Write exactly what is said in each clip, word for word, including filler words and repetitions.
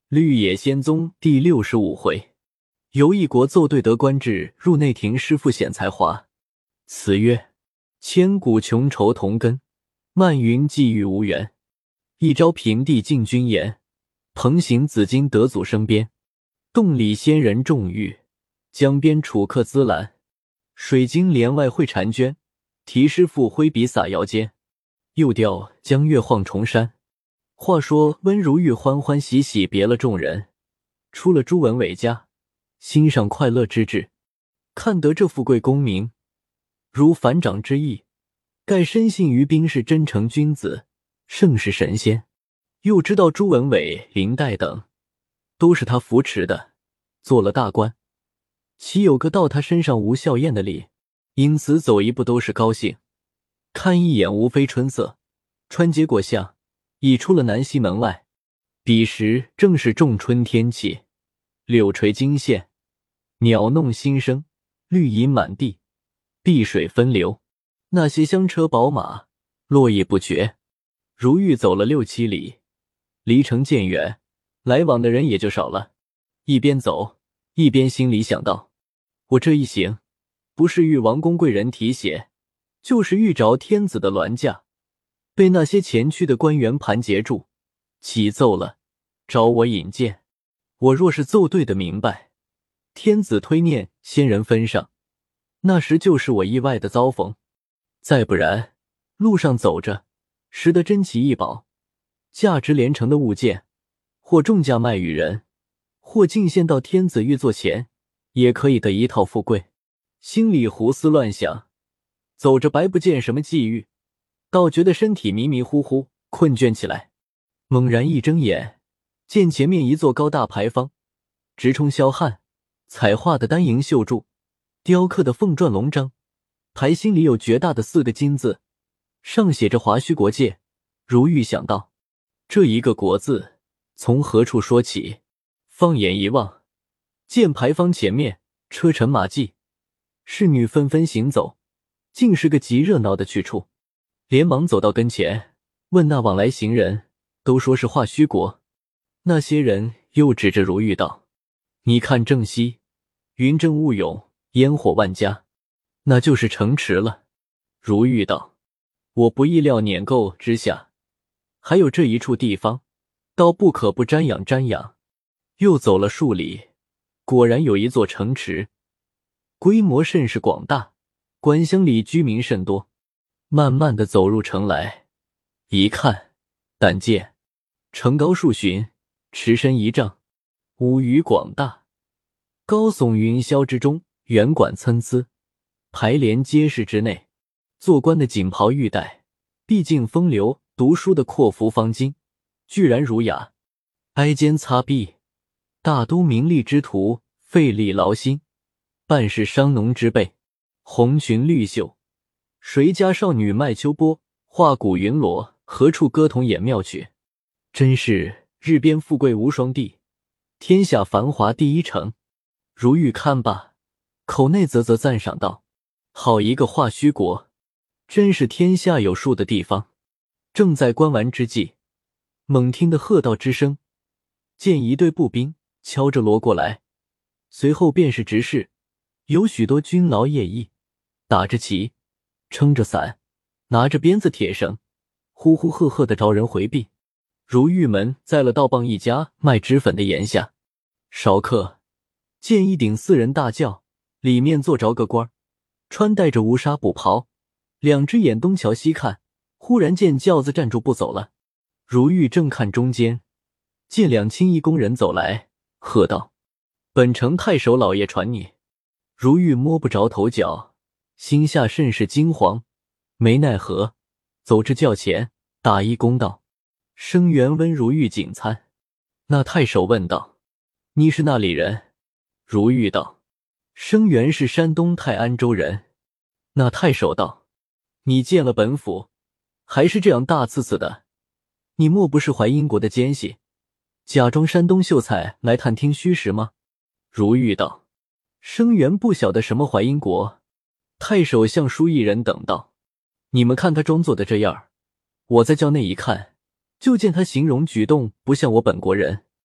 绿野仙踪第六十五回，游一国奏对得官至，入内廷师傅显才华。词曰：千古穷愁同根，漫云际遇无缘。一朝平地进军言，蓬行紫金得祖生边。洞里仙人种玉，江边楚客滋兰。水晶帘外会婵娟，题诗赋挥笔洒摇间。又调江月晃重山。话说温如玉欢欢喜喜别了众人，出了朱文伟家，心上快乐之至。看得这富贵功名，如反掌之意，盖深信于兵是真诚君子，胜是神仙。又知道朱文伟、林黛等都是他扶持的，做了大官，岂有个到他身上无笑靥的理？因此走一步都是高兴，看一眼无非春色。穿结果巷，已出了南西门外。彼时正是仲春天气，柳垂金线，鸟弄新生，绿荫满地，碧水分流。那些香车宝马络绎不绝。如玉走了六七里，离城渐远，来往的人也就少了。一边走一边心里想到，我这一行不是遇王公贵人提携，就是遇着天子的銮驾，被那些前去的官员盘结住，起奏了，找我引荐。我若是奏对的明白，天子推念，仙人分上，那时就是我意外的遭逢。再不然，路上走着，识得珍奇异宝，价值连城的物件，或重价卖与人，或进献到天子御座前，也可以得一套富贵。心里胡思乱想，走着白不见什么际遇，倒觉得身体迷迷糊糊，困倦起来。猛然一睁眼，见前面一座高大牌坊，直冲霄汉，彩画的丹银绣柱，雕刻的凤篆龙章，牌心里有绝大的四个金字，上写着华胥国界。如玉想到，这一个国字从何处说起？放眼一望，见牌坊前面车尘马迹，侍女纷纷行走，竟是个极热闹的去处。连忙走到跟前，问那往来行人，都说是华胥国。那些人又指着如玉道：你看正西，云蒸雾涌，烟火万家，那就是城池了。如玉道：我不意料碾构之下还有这一处地方，倒不可不瞻仰瞻仰。又走了数里，果然有一座城池，规模甚是广大，官乡里居民甚多。慢慢地走入城来，一看，但见城高数旬，池深一丈，屋宇广大，高耸云霄之中，圆管参差，排联结实之内。做官的锦袍玉带，毕竟风流；读书的阔服方巾，居然儒雅。挨肩擦壁，大都名利之徒，费力劳心，办事商农之辈，红裙绿袖，谁家少女卖秋波，画骨云罗，何处歌童演妙曲？真是日边富贵无双地，天下繁华第一城。如玉看罢，口内啧啧赞赏道：好一个华胥国，真是天下有数的地方。正在观玩之际，猛听得喝道之声，见一队步兵敲着锣过来，随后便是执事，有许多军劳业役，打着旗，撑着伞，拿着鞭子铁绳，呼呼喝喝地招人回避。如玉门在了道傍一家卖脂粉的檐下，少客见一顶四人大轿，里面坐着个官，穿戴着乌纱布袍，两只眼东瞧西看，忽然见轿子站住不走了。如玉正看中间，见两青衣工人走来，喝道：本城太守老爷传你。如玉摸不着头脚，心下甚是惊惶，没奈何，走至轿前，打一躬道：生员温如玉谨参。那太守问道：你是那里人？如玉道：生员是山东泰安州人。那太守道：你见了本府，还是这样大刺刺的？你莫不是淮阴国的奸细，假装山东秀才来探听虚实吗？如玉道：生员不晓得什么淮阴国。太守向书一人等道：你们看他装作的这样，我在轿内一看，就见他形容举动不像我本国人。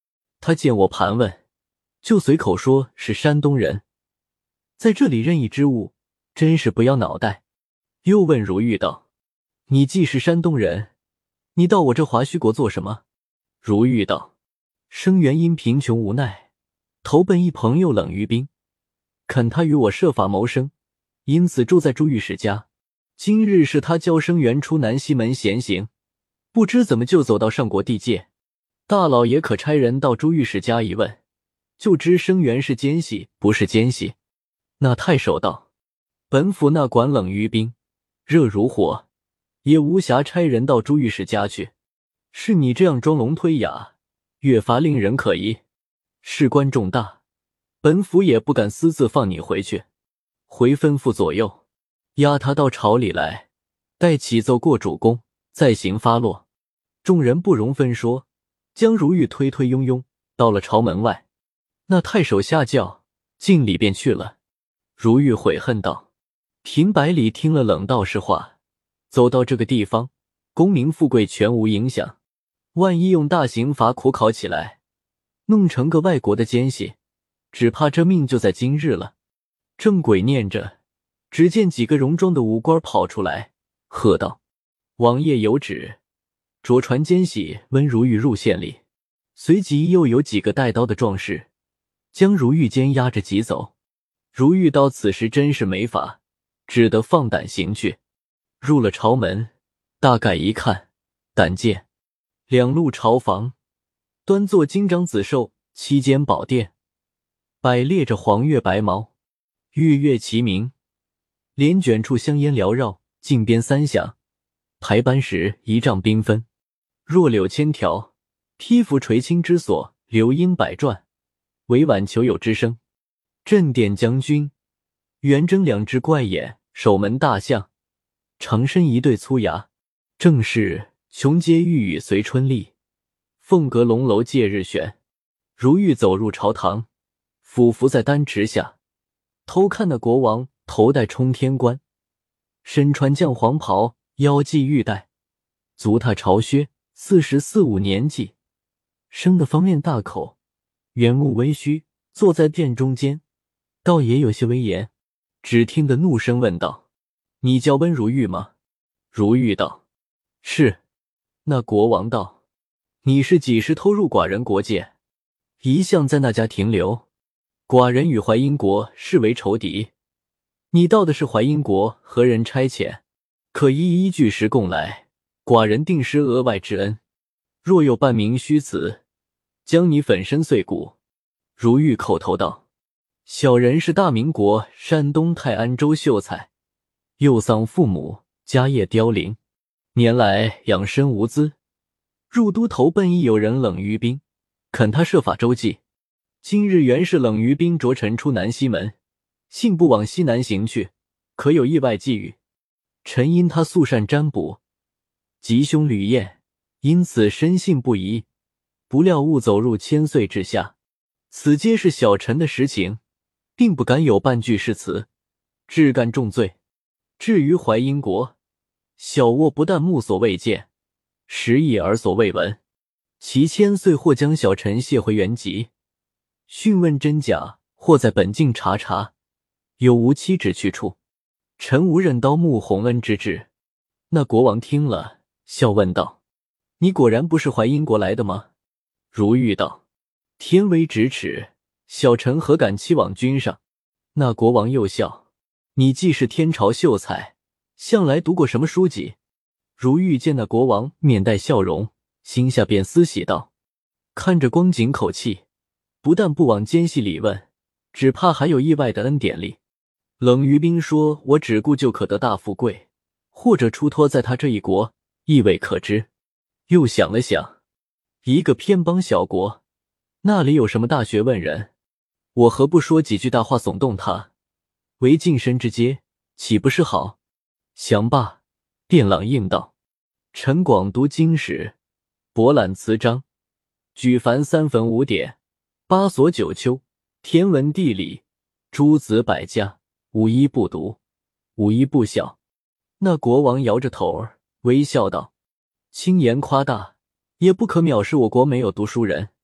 他见我盘问，就随口说是山东人，在这里任意之物，真是不要脑袋。又问如玉道：你既是山东人，你到我这华胥国做什么？如玉道：生源因贫穷无奈，投奔一朋友冷于冰，肯他与我设法谋生，因此住在朱御史家。今日是他教生源出南西门闲行，不知怎么就走到上国地界，大老爷可差人到朱御史家一问，就知生源是奸细不是奸细。那太守道：本府那管冷于冰，热如火，也无暇差人到朱御史家去，是你这样装聋推哑，越发令人可疑。事关重大，本府也不敢私自放你回去，回吩咐左右，押他到朝里来，待启奏过主公，再行发落。众人不容分说，将如玉推推拥拥到了朝门外。那太守下轿，进里便去了。如玉悔恨道：平百里听了冷道士话，走到这个地方，功名富贵全无影响，万一用大刑罚苦考起来，弄成个外国的奸细，只怕这命就在今日了。正鬼念着，只见几个戎装的武官跑出来，喝道：王爷有旨，着传奸细温如玉入县里。随即又有几个带刀的壮士将如玉监押着急走。如玉到此时真是没法，只得放胆行去。入了朝门，大概一看，但见两路朝房，端坐金章紫绶，七间宝殿，摆列着黄月白毛，月月齐鸣，帘卷处香烟缭绕，镜边三响，排班时一丈缤纷，若柳千条，披拂垂青之所，流莺百转，委婉求友之声。镇殿将军圆睁两只怪眼，守门大象长身一对粗牙，正是琼阶玉宇随春丽，凤阁龙楼借日悬。如玉走入朝堂，俯伏在丹池下，偷看那国王头戴冲天冠，身穿绛黄袍，腰系玉带，足踏朝靴，四十四五年纪，生得方面大口，圆目微须，坐在殿中间，倒也有些威严。只听得怒声问道：你叫温如玉吗？如玉道：是。那国王道：你是几时偷入寡人国界，一向在那家停留？寡人与淮阴国视为仇敌，你到的是淮阴国何人差遣？可一一据实供来，寡人定施额外之恩。若有半名虚词，将你粉身碎骨。如玉口头道：小人是大明国山东泰安州秀才，幼丧父母，家业凋零，年来养身无资，入都投奔一友人冷于冰，肯他设法周济。今日原是冷于冰着臣出南西门，信步往西南行去，可有意外际遇。臣因他素善占卜，吉凶履验，因此深信不疑，不料误走入千岁之下。此皆是小臣的实情，并不敢有半句是词，至干重罪。至于淮阴国，小卧不但目所未见，实亦耳所未闻。其千岁或将小臣卸回原籍，讯问真假，或在本境查查，有无妻指去处，臣无任刀木洪恩之志。那国王听了，笑问道：你果然不是淮阴国来的吗？如玉道：天威咫尺，小臣何敢欺罔君上？那国王又笑：你既是天朝秀才，向来读过什么书籍？如玉见那国王面带笑容，心下便思喜道：看着光景口气，不但不往奸细里问，只怕还有意外的恩典里。冷于冰说我只顾就可得大富贵，或者出脱在他这一国，亦未可知。又想了想，一个偏邦小国，那里有什么大学问人？我何不说几句大话耸动他，为近身之阶，岂不是好？想罢，便朗应道：臣广读经史，博览词章，举凡三坟五典，八所九丘，天文地理，诸子百家，无一不读，无一不晓。那国王摇着头儿，微笑道：轻言夸大，也不可藐视我国没有读书人。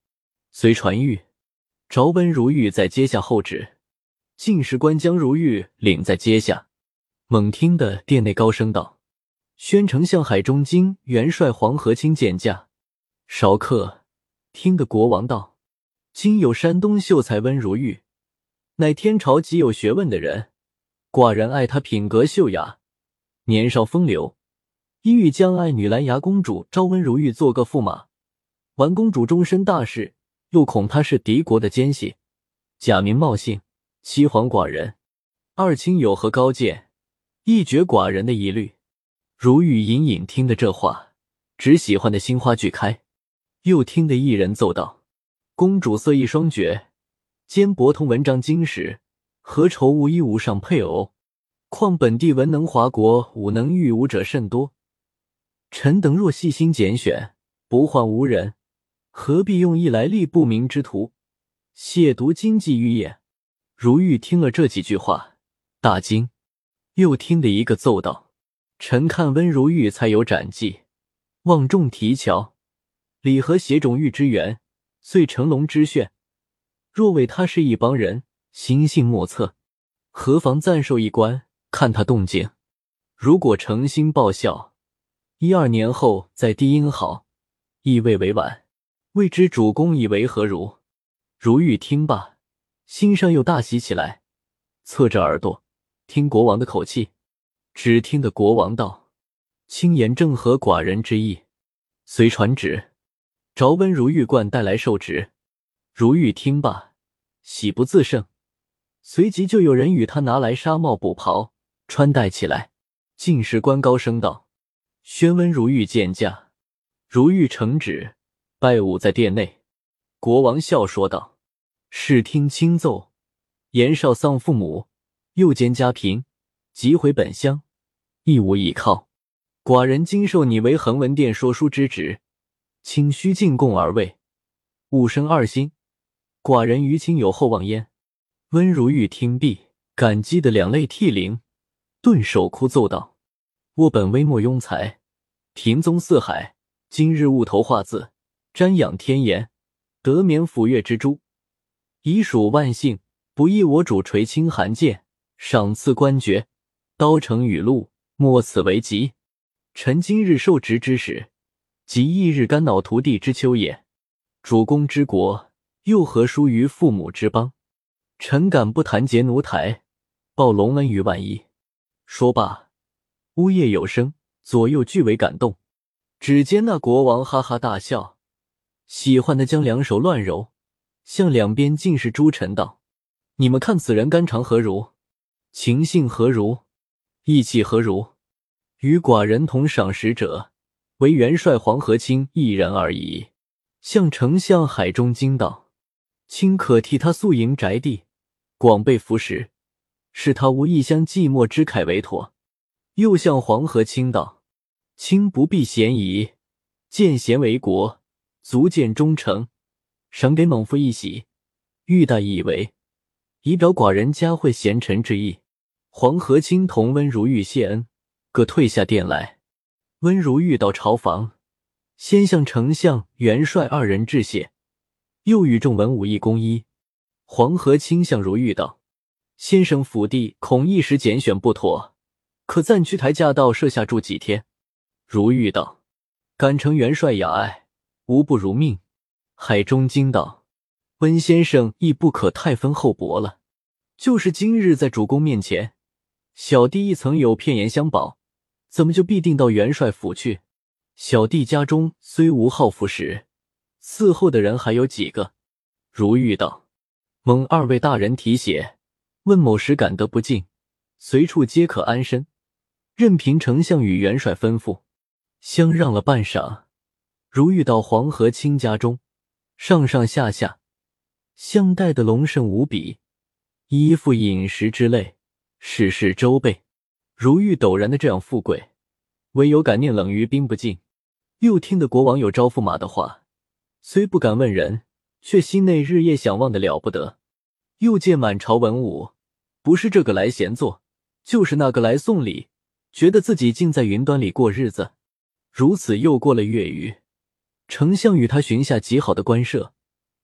随传谕，着温如玉在阶下候旨。进士官将如玉领在阶下。猛听得殿内高声道：宣丞相海中京元帅黄河清见驾。少客听得国王道：今有山东秀才温如玉，乃天朝极有学问的人，寡人爱他品格秀雅，年少风流，意欲将爱女兰牙公主昭温如玉做个驸马，完公主终身大事，又恐她是敌国的奸细，假名冒姓，欺皇寡人。二卿有何高见，一决寡人的疑虑。如玉隐隐听得这话，只喜欢的心花俱开。又听得一人奏道：公主色艺双绝，兼博通文章经史，何愁无一无上配偶？况本地文能华国，武能御武者甚多。臣等若细心拣选，不患无人，何必用一来历不明之徒亵渎经济于也？如玉听了这几句话，大惊。又听得一个奏道：臣看温如玉才有斩计，望重提桥，礼和携种玉之源，遂成龙之炫。若为他是一帮人，心性莫测，何妨暂受一官，看他动静。如果诚心报效，一二年后再低音好，亦未为晚。未知主公以为何如？如玉听罢，心上又大喜起来，侧着耳朵听国王的口气。只听得国王道：卿言正合寡人之意。随传旨，着温如玉冠带来受职。如玉听罢，喜不自胜，随即就有人与他拿来纱帽补袍，穿戴起来。进士官高声道：宣温如玉见驾。如玉承旨，拜舞在殿内。国王笑说道：视听亲奏，言少丧父母，又兼家贫，即回本乡，亦无倚靠。寡人今授你为恒文殿说书之职，请须进贡而位，勿生二心，寡人于卿有厚望焉。温如玉听毕，感激得两泪涕零，顿首哭奏道：我本微末庸才，平宗四海，今日悟头画字，瞻仰天颜，得免抚月之珠，已属万幸，不意我主垂青函剑，赏赐官爵，刀成雨露，莫此为急。臣今日受职之时，即翌日肝脑涂地之秋也。主公之国，又何殊于父母之邦？臣敢不弹结奴台，报隆恩于万一。说罢，呜咽有声，左右俱为感动。只见那国王哈哈大笑，喜欢的将两手乱揉，向两边尽是诸臣道：你们看此人肝肠何如？情性何如？义气何如？与寡人同赏识者，为元帅黄河清一人而已。向丞相海中京道：卿可替他宿营宅地，广备服食，使他无异乡寂寞之慨为妥。又向黄河清道：卿不必嫌疑，见贤为国，足见忠诚，赏给猛夫一喜，欲大以为，以表寡人嘉惠贤臣之意。黄河清同温如玉谢恩，各退下殿来。温如玉到朝房，先向丞相、元帅二人致谢，又与众文武一恭衣。黄河清向如玉道：先生府地恐一时拣选不妥，可暂去台驾到舍下住几天。如玉道：敢承元帅雅爱，无不如命。海中京道：温先生亦不可太分厚薄了，就是今日在主公面前，小弟亦曾有片言相保，怎么就必定到元帅府去？小弟家中虽无好服食，伺候的人还有几个？如玉道：蒙二位大人提携，问某时感得不尽，随处皆可安身，任凭丞相与元帅吩咐。相让了半晌，如玉到黄河清家中，上上下下相待的隆盛无比，衣服饮食之类，事事周备。如玉陡然的这样富贵，唯有感念冷于冰不尽。又听得国王有招驸马的话，虽不敢问人，却心内日夜想望的了不得。又见满朝文武，不是这个来闲坐，就是那个来送礼，觉得自己竟在云端里过日子。如此又过了月余，丞相与他寻下极好的官舍，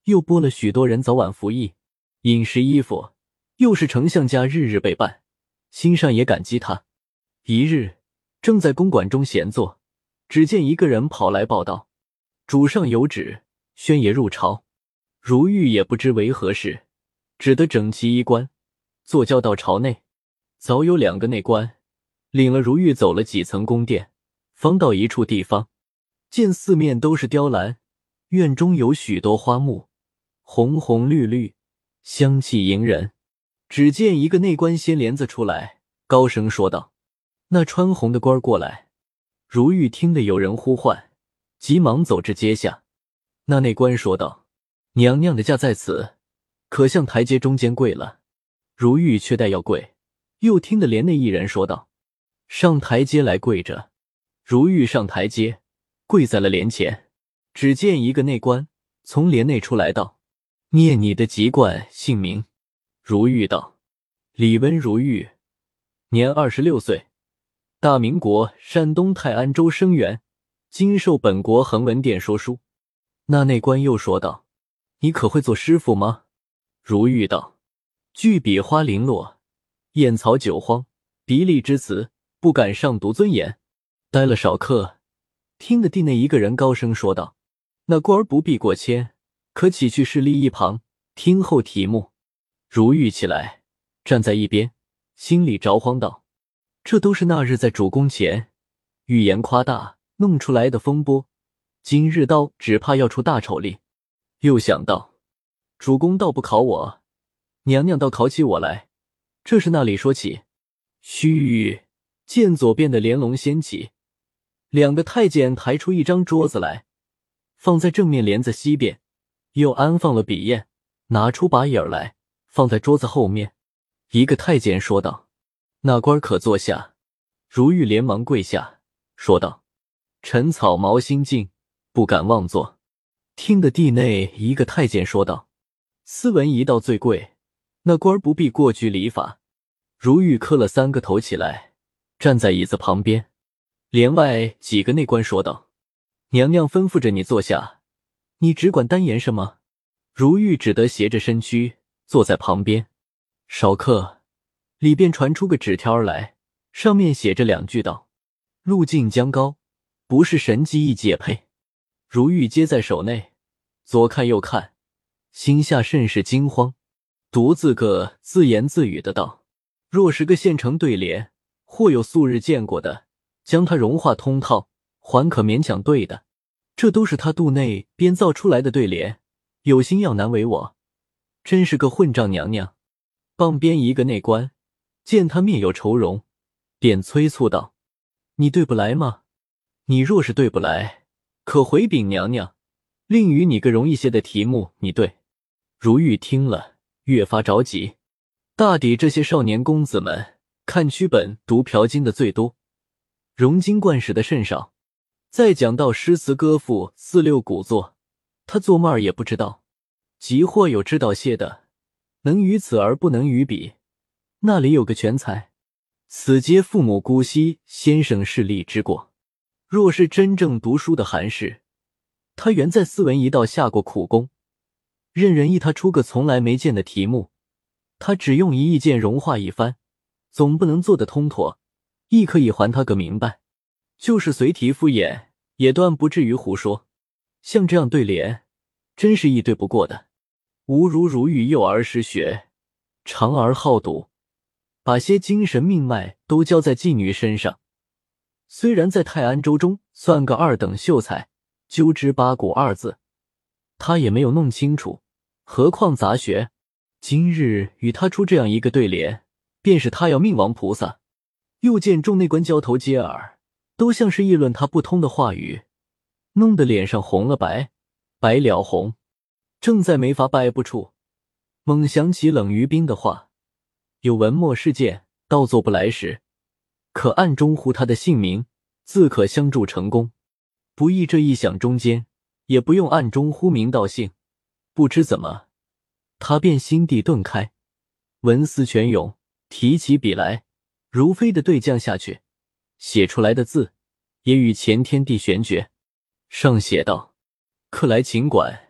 又拨了许多人早晚服役，饮食衣服，又是丞相家日日备办，心上也感激他。一日，正在公馆中闲坐，只见一个人跑来报道，主上有旨，宣爷入朝。如玉也不知为何事，只得整齐衣冠，坐轿到朝内。早有两个内官领了如玉走了几层宫殿，方到一处地方，见四面都是雕栏，院中有许多花木，红红绿绿，香气迎人。只见一个内官掀帘子出来，高声说道：“那穿红的官过来。”如玉听得有人呼唤，急忙走至阶下。那内官说道：“娘娘的驾在此，可向台阶中间跪了。”如玉却待要跪，又听得帘内一人说道：“上台阶来跪着。”如玉上台阶，跪在了帘前。只见一个内官从帘内出来道：“念你的籍贯姓名。”如玉道：“李温如玉，年二十六岁，大明国山东泰安州生员，今受本国恒文殿说书。”那内官又说道：“你可会做诗赋吗？”如玉道：“巨笔花零落，燕草酒荒，鼻力之词，不敢上读尊严。”待了少客，听得地内一个人高声说道：“那官儿不必过谦，可起去侍立一旁，听候题目。”如玉起来，站在一边，心里着慌道：“这都是那日在主公前语言夸大弄出来的风波，今日到只怕要出大丑例。”又想到主公倒不考我，娘娘倒考起我来，这是那里说起？须见左边的帘笼掀起，两个太监抬出一张桌子来，放在正面帘子西边，又安放了笔砚，拿出把椅儿来，放在桌子后面。一个太监说道：“那官可坐下。”如玉连忙跪下，说道：“臣草毛心静，不敢妄坐。”听得地内一个太监说道：“斯文一道最贵，那官不必过拘礼法。”如玉磕了三个头起来，站在椅子旁边。帘外几个内官说道：“娘娘吩咐着你坐下，你只管单言什么？”如玉只得斜着身躯坐在旁边。少客里便传出个纸条来，上面写着两句道：“路径将高，不是神机一解配。”如玉接在手内，左看右看，心下甚是惊慌，独自个自言自语的道：“若是个现成对联，或有素日见过的，将它融化通套，还可勉强对的。这都是他肚内编造出来的对联，有心要难为我，真是个混账娘娘。”傍边一个内官见他面有愁容，便催促道：“你对不来吗？你若是对不来，可回禀娘娘，另与你个容易些的题目你对。”如玉听了越发着急，大抵这些少年公子们看曲本读嫖经的最多，融经贯史的甚少，再讲到诗词歌赋四六古作，他做梦儿也不知道，即或有知道些的，能于此而不能于彼，那里有个全才？此皆父母姑息，先生势力之过。若是真正读书的寒士，他原在斯文一道下过苦功，任人意他出个从来没见的题目，他只用一意见融化一番，总不能做得通妥，亦可以还他个明白。就是随题敷衍，也断不至于胡说。像这样对联，真是一对不过的。吾如如玉幼儿失学，长而好赌，把些精神命脉都交在妓女身上。虽然在泰安州中算个二等秀才，究之八股二字，他也没有弄清楚，何况杂学。今日与他出这样一个对联，便是他要命亡菩萨。又见众内官交头接耳，都像是议论他不通的话语，弄得脸上红了白，白了红。正在没法掰不处，猛想起冷于冰的话，有文墨事件倒做不来时，可暗中呼他的姓名，自可相助成功。不意这一想中间，也不用暗中呼名道姓，不知怎么他便心地顿开，文思泉涌，提起笔来如飞的对将下去，写出来的字也与前天地玄绝。上写道：“客来请管，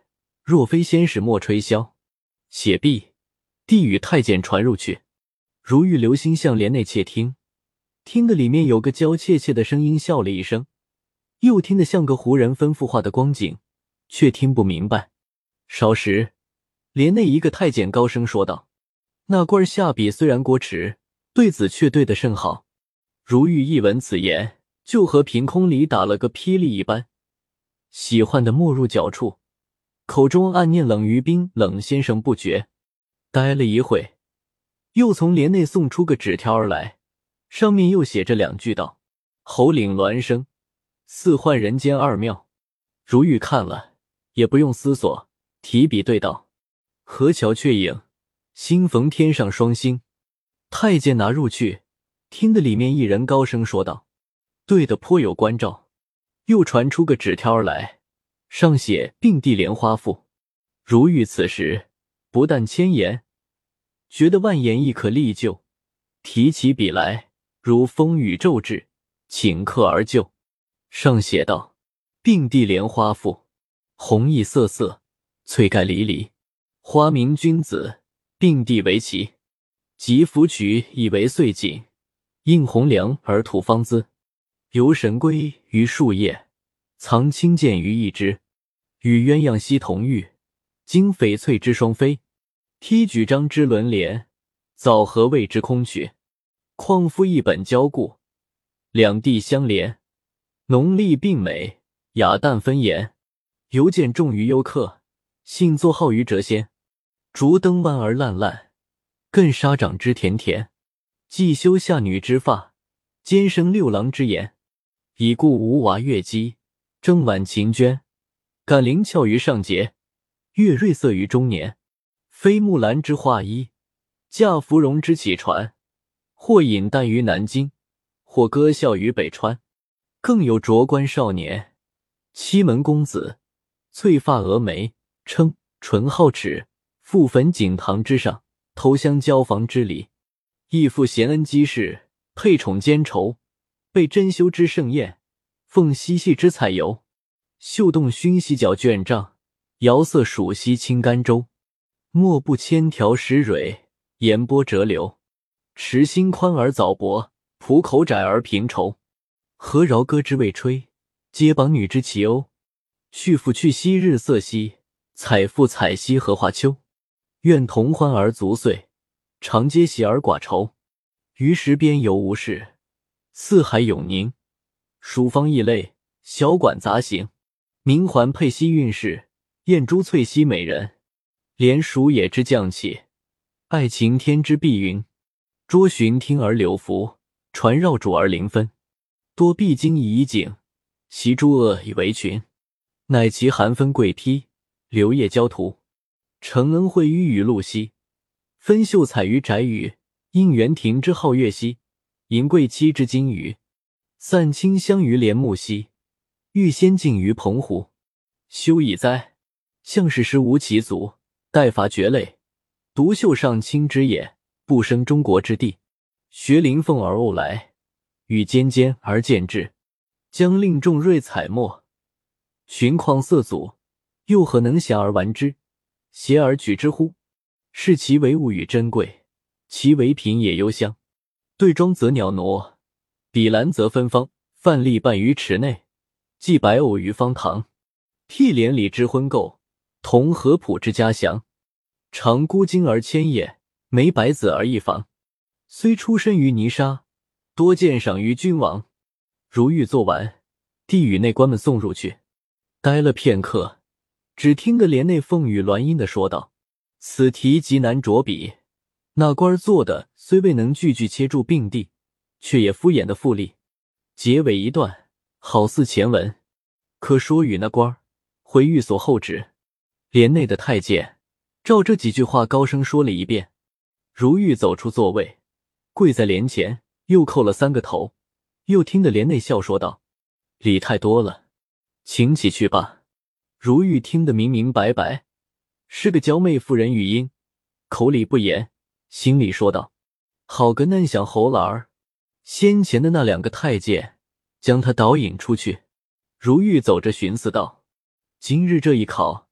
若非先使莫吹箫，写毕，递与太监传入去。如玉留心向帘内窃听，听得里面有个娇怯怯的声音笑了一声，又听得像个胡人吩咐话的光景，却听不明白。稍时，帘内一个太监高声说道：“那官下笔虽然过迟，对子却对得甚好。”如玉一闻此言，就和凭空里打了个霹雳一般，喜欢的没入脚处，口中暗念冷于冰，冷先生不绝。待了一会，又从帘内送出个纸条而来，上面又写着两句道：“侯领孪生，似幻人间二妙。”如玉看了，也不用思索，提笔对道：“河桥却影，新逢天上双星。”太监拿入去，听得里面一人高声说道：“对得颇有关照。”又传出个纸条而来，上写并蒂莲花赋。如玉此时不但千言，觉得万言亦可力救，提起笔来如风雨骤至，顷刻而就。上写道：“并蒂莲花赋，红意瑟瑟，翠盖离离，花名君子，并蒂为旗。及芙蕖以为穗锦，映红梁而吐芳姿。游神龟于树叶，藏清剑于一枝。与鸳鸯栖同玉，经翡翠之双飞。梯举章之轮联，枣核谓之空曲。况夫一本交固，两地相连。浓丽并美，雅淡分言。犹见重于幽客，信作好于谪仙。竹灯弯而烂烂，更沙长之甜甜。既修下女之发，兼生六郎之言。已故吴娃月姬，正晚秦娟。感灵俏于上节，月瑞色于中年。非木兰之画衣，驾芙蓉之启传。或饮淡于南京，或歌笑于北川。更有着官少年，七门公子，翠发蛾眉，称唇皓齿，覆粉锦堂之上，投香交房之里。亦复贤恩姬氏，配宠兼仇，被珍馐之盛宴，奉嬉戏之彩游。绣动熏洗角卷帐，摇色蜀西清甘州。莫不千条石蕊，沿波折流。池心宽而藻薄，浦口窄而平稠。何饶歌之未吹，皆绑女之奇欧。去复去兮日色兮，采复采兮荷花秋。愿同欢而足岁，长嗟喜而寡愁。于石边游无事，四海永宁。蜀方异类，小馆杂行。明环佩兮韵事，燕珠翠兮美人。连蜀野之将气，爱晴天之碧云。捉寻听而流浮，传绕主而临分。多必经以景，习诸恶以为群。乃其寒分桂披，流叶交涂。承恩惠于雨露兮，分秀彩于宅宇。应园亭之皓月兮，迎贵妻之金鱼。散清香于帘幕兮，欲仙境于澎湖。休矣哉！向史诗无其足，待伐绝类。独秀上清之也，不生中国之地。学临凤而偶来，与尖尖而见至。将令众瑞采墨，寻况色祖，又何能遐而玩之，携而举之乎？视其为物与珍贵，其为品也幽香。对妆则袅娜，比兰则芬芳。范蠡伴于池内，寄白藕于方塘。替连理之婚媾，同合浦之家祥。长孤荆而千叶，美百子而一房。虽出身于泥沙，多鉴赏于君王。如欲做完，递与内官们送入去。待了片刻，只听得帘内凤语鸾音的说道：“此题极难着笔，那官做的虽未能句句切住并蒂，却也敷衍的富丽。结尾一段，好似前文，可说与那官回寓所后旨。”帘内的太监照这几句话高声说了一遍。如玉走出座位，跪在帘前，又叩了三个头，又听得帘内笑说道：“礼太多了，请起去吧。”如玉听得明明白白，是个娇媚妇人语音，口里不言，心里说道：“好个嫩小猴郎儿！”先前的那两个太监将他导引出去。如玉走着寻思道：“今日这一考，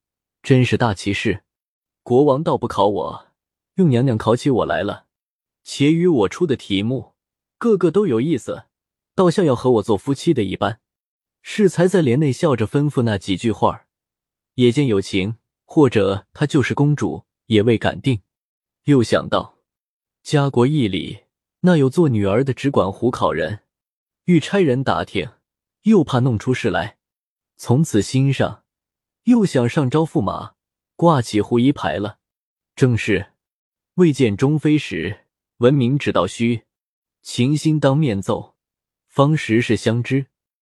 真是大奇事。国王倒不考我，用娘娘考起我来了。且与我出的题目，个个都有意思，倒像要和我做夫妻的一般。适才在帘内笑着吩咐那几句话，也见有情，或者她就是公主，也未敢定。又想到家国义里那有做女儿的只管胡考人，欲差人打听，又怕弄出事来。从此心上又想上招驸马，挂起胡衣牌了。正是未见中妃时，闻名只道虚，情心当面奏，方时是相知。